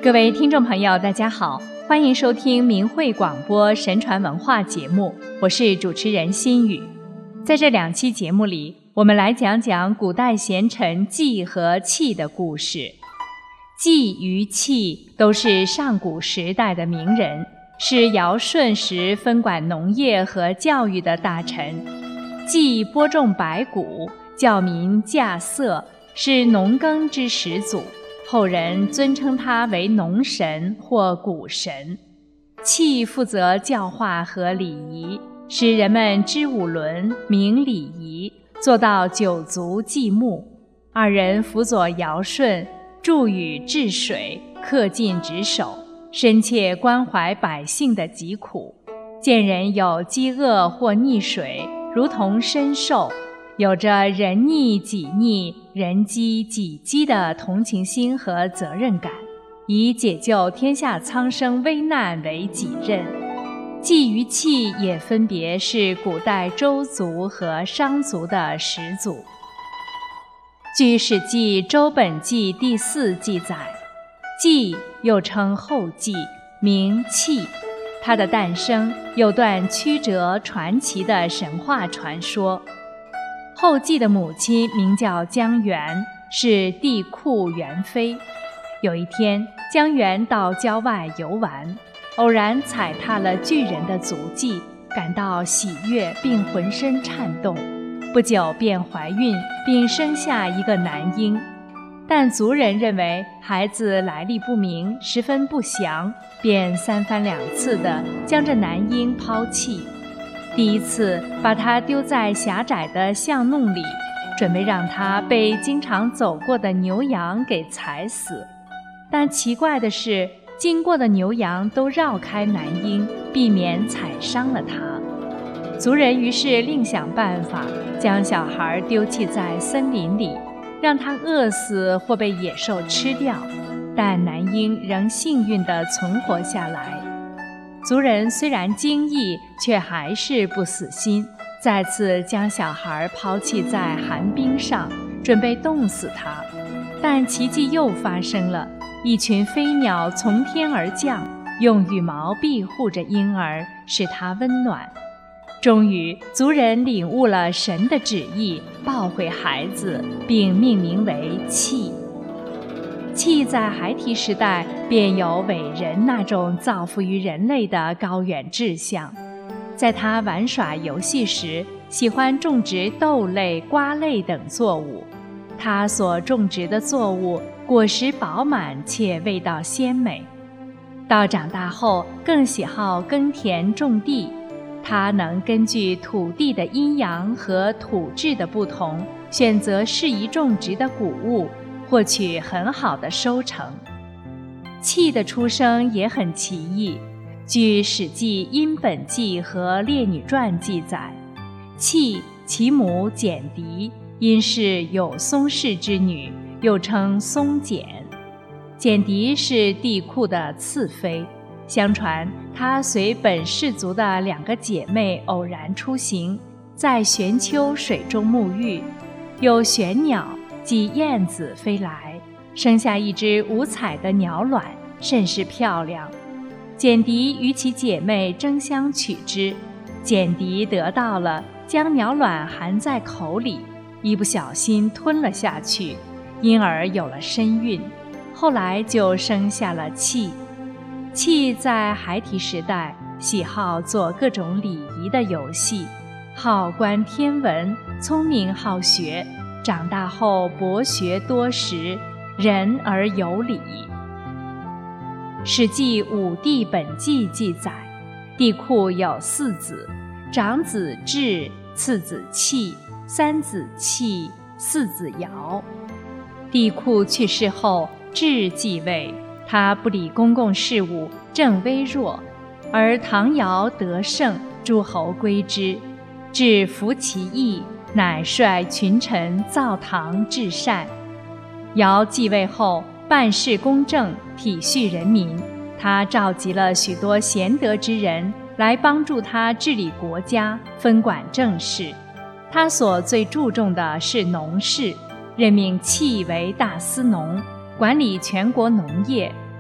各位听众朋友大家好，欢迎收听明慧广播神传文化节目，我是主持人心雨。在这2期节目里，我们来讲讲古代贤臣季和契的故事。季与契都是上古时代的名人，是尧舜时分管农业和教育的大臣。季播种百谷，教民稼穑，是农耕之始祖，后人尊称他为农神或谷神。契负责教化和礼仪，使人们知五伦，明礼仪，做到九族祭牧。2人辅佐尧舜，助禹治水，恪尽职守，深切关怀百姓的疾苦。见人有饥饿或溺水，如同身受，有着人溺己溺，人饥己饥的同情心和责任感，以解救天下苍生危难为己任。季与契也分别是古代周族和商族的始祖。据《史记·周本纪》第4记载，季又称后季，名契。他的诞生有段曲折传奇的神话传说。后季的母亲名叫姜原，是帝喾元妃。有一天，姜原到郊外游玩，偶然踩踏了巨人的足迹，感到喜悦并浑身颤动，不久便怀孕，并生下一个男婴。但族人认为孩子来历不明，十分不祥，便3番2次地将这男婴抛弃。第一次把他丢在狭窄的巷弄里，准备让他被经常走过的牛羊给踩死。但奇怪的是，经过的牛羊都绕开男婴，避免踩伤了他。族人于是另想办法，将小孩丢弃在森林里，让他饿死或被野兽吃掉，但男婴仍幸运地存活下来。族人虽然惊异，却还是不死心，再次将小孩抛弃在寒冰上，准备冻死他。但奇迹又发生了，一群飞鸟从天而降，用羽毛庇护着婴儿，使他温暖。终于，族人领悟了神的旨意，抱回孩子，并命名为契。契在孩提时代便有伟人那种造福于人类的高远志向。在他玩耍游戏时，喜欢种植豆类、瓜类等作物。他所种植的作物果实饱满且味道鲜美。到长大后，更喜好耕田种地。他能根据土地的阴阳和土质的不同，选择适宜种植的谷物，获取很好的收成。契的出生也很奇异，据《史记·殷本纪》和《列女传》记载，契其母简狄，因是有松氏之女，又称松简。简狄是帝喾的次妃。相传她随本氏族的2个姐妹偶然出行，在玄丘水中沐浴，有玄鸟即燕子飞来，生下一只5彩的鸟卵，甚是漂亮。简狄与其姐妹争相取之，简狄得到了，将鸟卵含在口里，一不小心吞了下去，因而有了身孕，后来就生下了契。契在孩提时代喜好做各种礼仪的游戏，好观天文，聪明好学，长大后博学多识，仁而有礼。《史记·武帝本纪》记载，帝喾有4子，长子至，次子契，3子契，4子尧。帝喾去世后，至继位，他不理公共事务，政微弱，而唐尧得胜，诸侯归之，至服其意，乃率群臣造唐治善。尧继位后，办事公正，体恤人民，他召集了许多贤德之人来帮助他治理国家，分管政事。他所最注重的是农事，任命契为大司农，管理全国农业，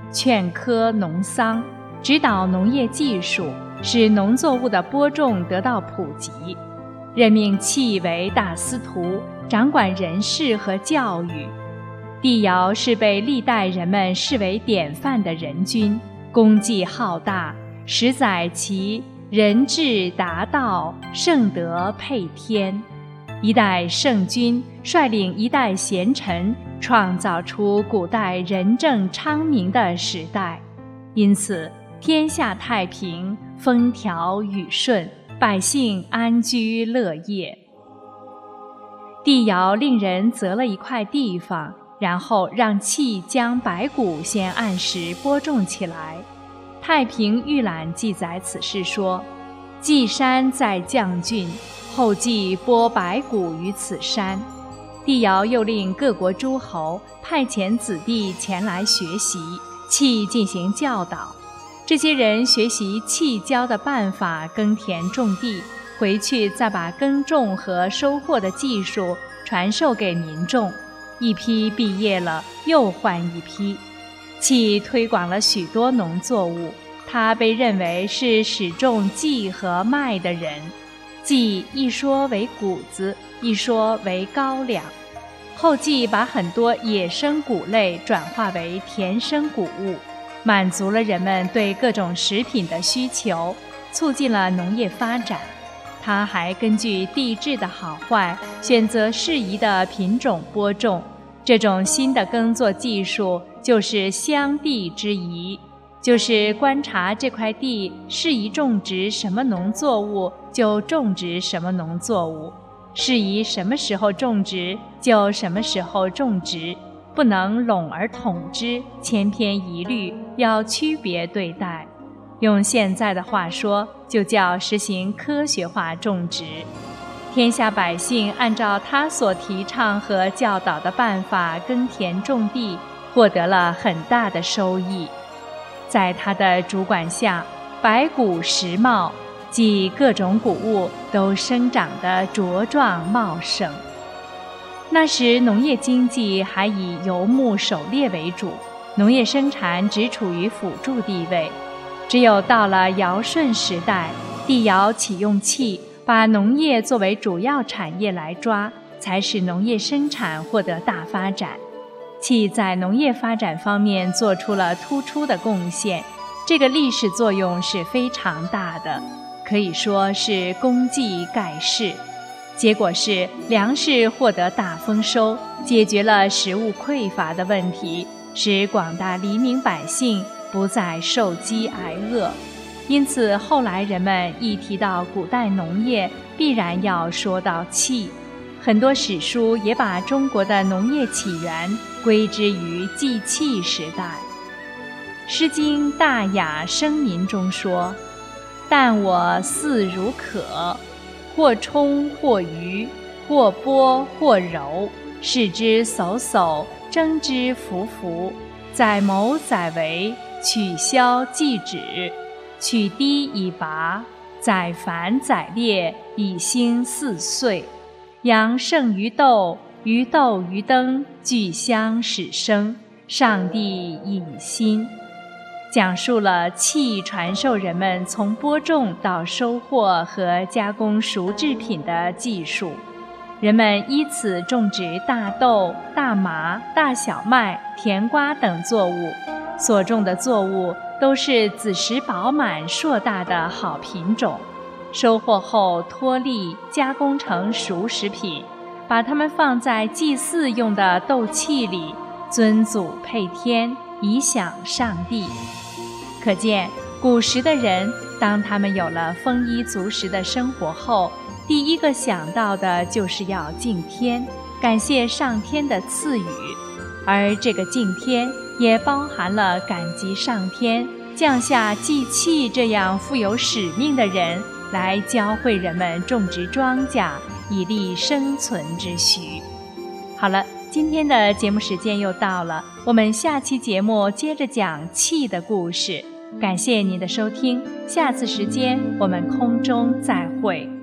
劝科农桑，指导农业技术，使农作物的播种得到普及，任命契为大司徒，掌管人事和教育。帝尧是被历代人们视为典范的人君，功绩浩大，实载其仁智达道，圣德配天。一代圣君率领一代贤臣，创造出古代仁政昌明的时代，因此天下太平，风调雨顺，百姓安居乐业。帝尧令人择了一块地方，然后让契将白谷先按时播种起来。太平御览记载此事说，稷山在绛郡，后稷播白谷于此山。帝尧又令各国诸侯派遣子弟前来学习，契进行教导。这些人学习契教的办法耕田种地，回去再把耕种和收获的技术传授给民众。一批毕业了，又换一批。契推广了许多农作物，他被认为是始种稷和麦的人。稷一说为谷子，一说为高粱。后稷把很多野生谷类转化为田生谷物，满足了人们对各种食品的需求，促进了农业发展。他还根据地质的好坏，选择适宜的品种播种。这种新的耕作技术就是乡地之宜，就是观察这块地适宜种植什么农作物就种植什么农作物，适宜什么时候种植就什么时候种植，不能笼而统之，千篇一律，要区别对待。用现在的话说，就叫实行科学化种植。天下百姓按照他所提倡和教导的办法耕田种地，获得了很大的收益。在他的主管下，百谷实茂，即各种谷物都生长得茁壮茂盛。那时农业经济还以游牧狩猎为主，农业生产只处于辅助地位。只有到了尧舜时代，帝尧启用契，把农业作为主要产业来抓，才使农业生产获得大发展。契在农业发展方面做出了突出的贡献，这个历史作用是非常大的，可以说是功绩盖世。结果是粮食获得大丰收，解决了食物匮乏的问题，使广大黎民百姓不再受饥挨饿。因此后来人们一提到古代农业，必然要说到契。很多史书也把中国的农业起源归之于祭契时代。诗经大雅生民中说，但我似如渴，或冲或鱼，或剥或揉，视之嗖嗖，蒸之浮浮，载谋载为，取消即止，取滴以拔，载繁载烈，以兴四岁。阳盛于豆，于豆于灯，俱相始生，上帝隐心。讲述了契传授人们从播种到收获和加工熟制品的技术。人们依此种植大豆、大麻、大小麦、甜瓜等作物，所种的作物都是子实饱满硕大的好品种。收获后脱粒，加工成熟食品，把它们放在祭祀用的豆器里，尊祖配天，以享上帝。可见古时的人，当他们有了丰衣足食的生活后，第一个想到的就是要敬天，感谢上天的赐予。而这个敬天也包含了感激上天降下祭契这样富有使命的人，来教会人们种植庄稼，以利生存之需。好了，今天的节目时间又到了，我们下期节目接着讲契的故事。感谢您的收听，下次时间我们空中再会。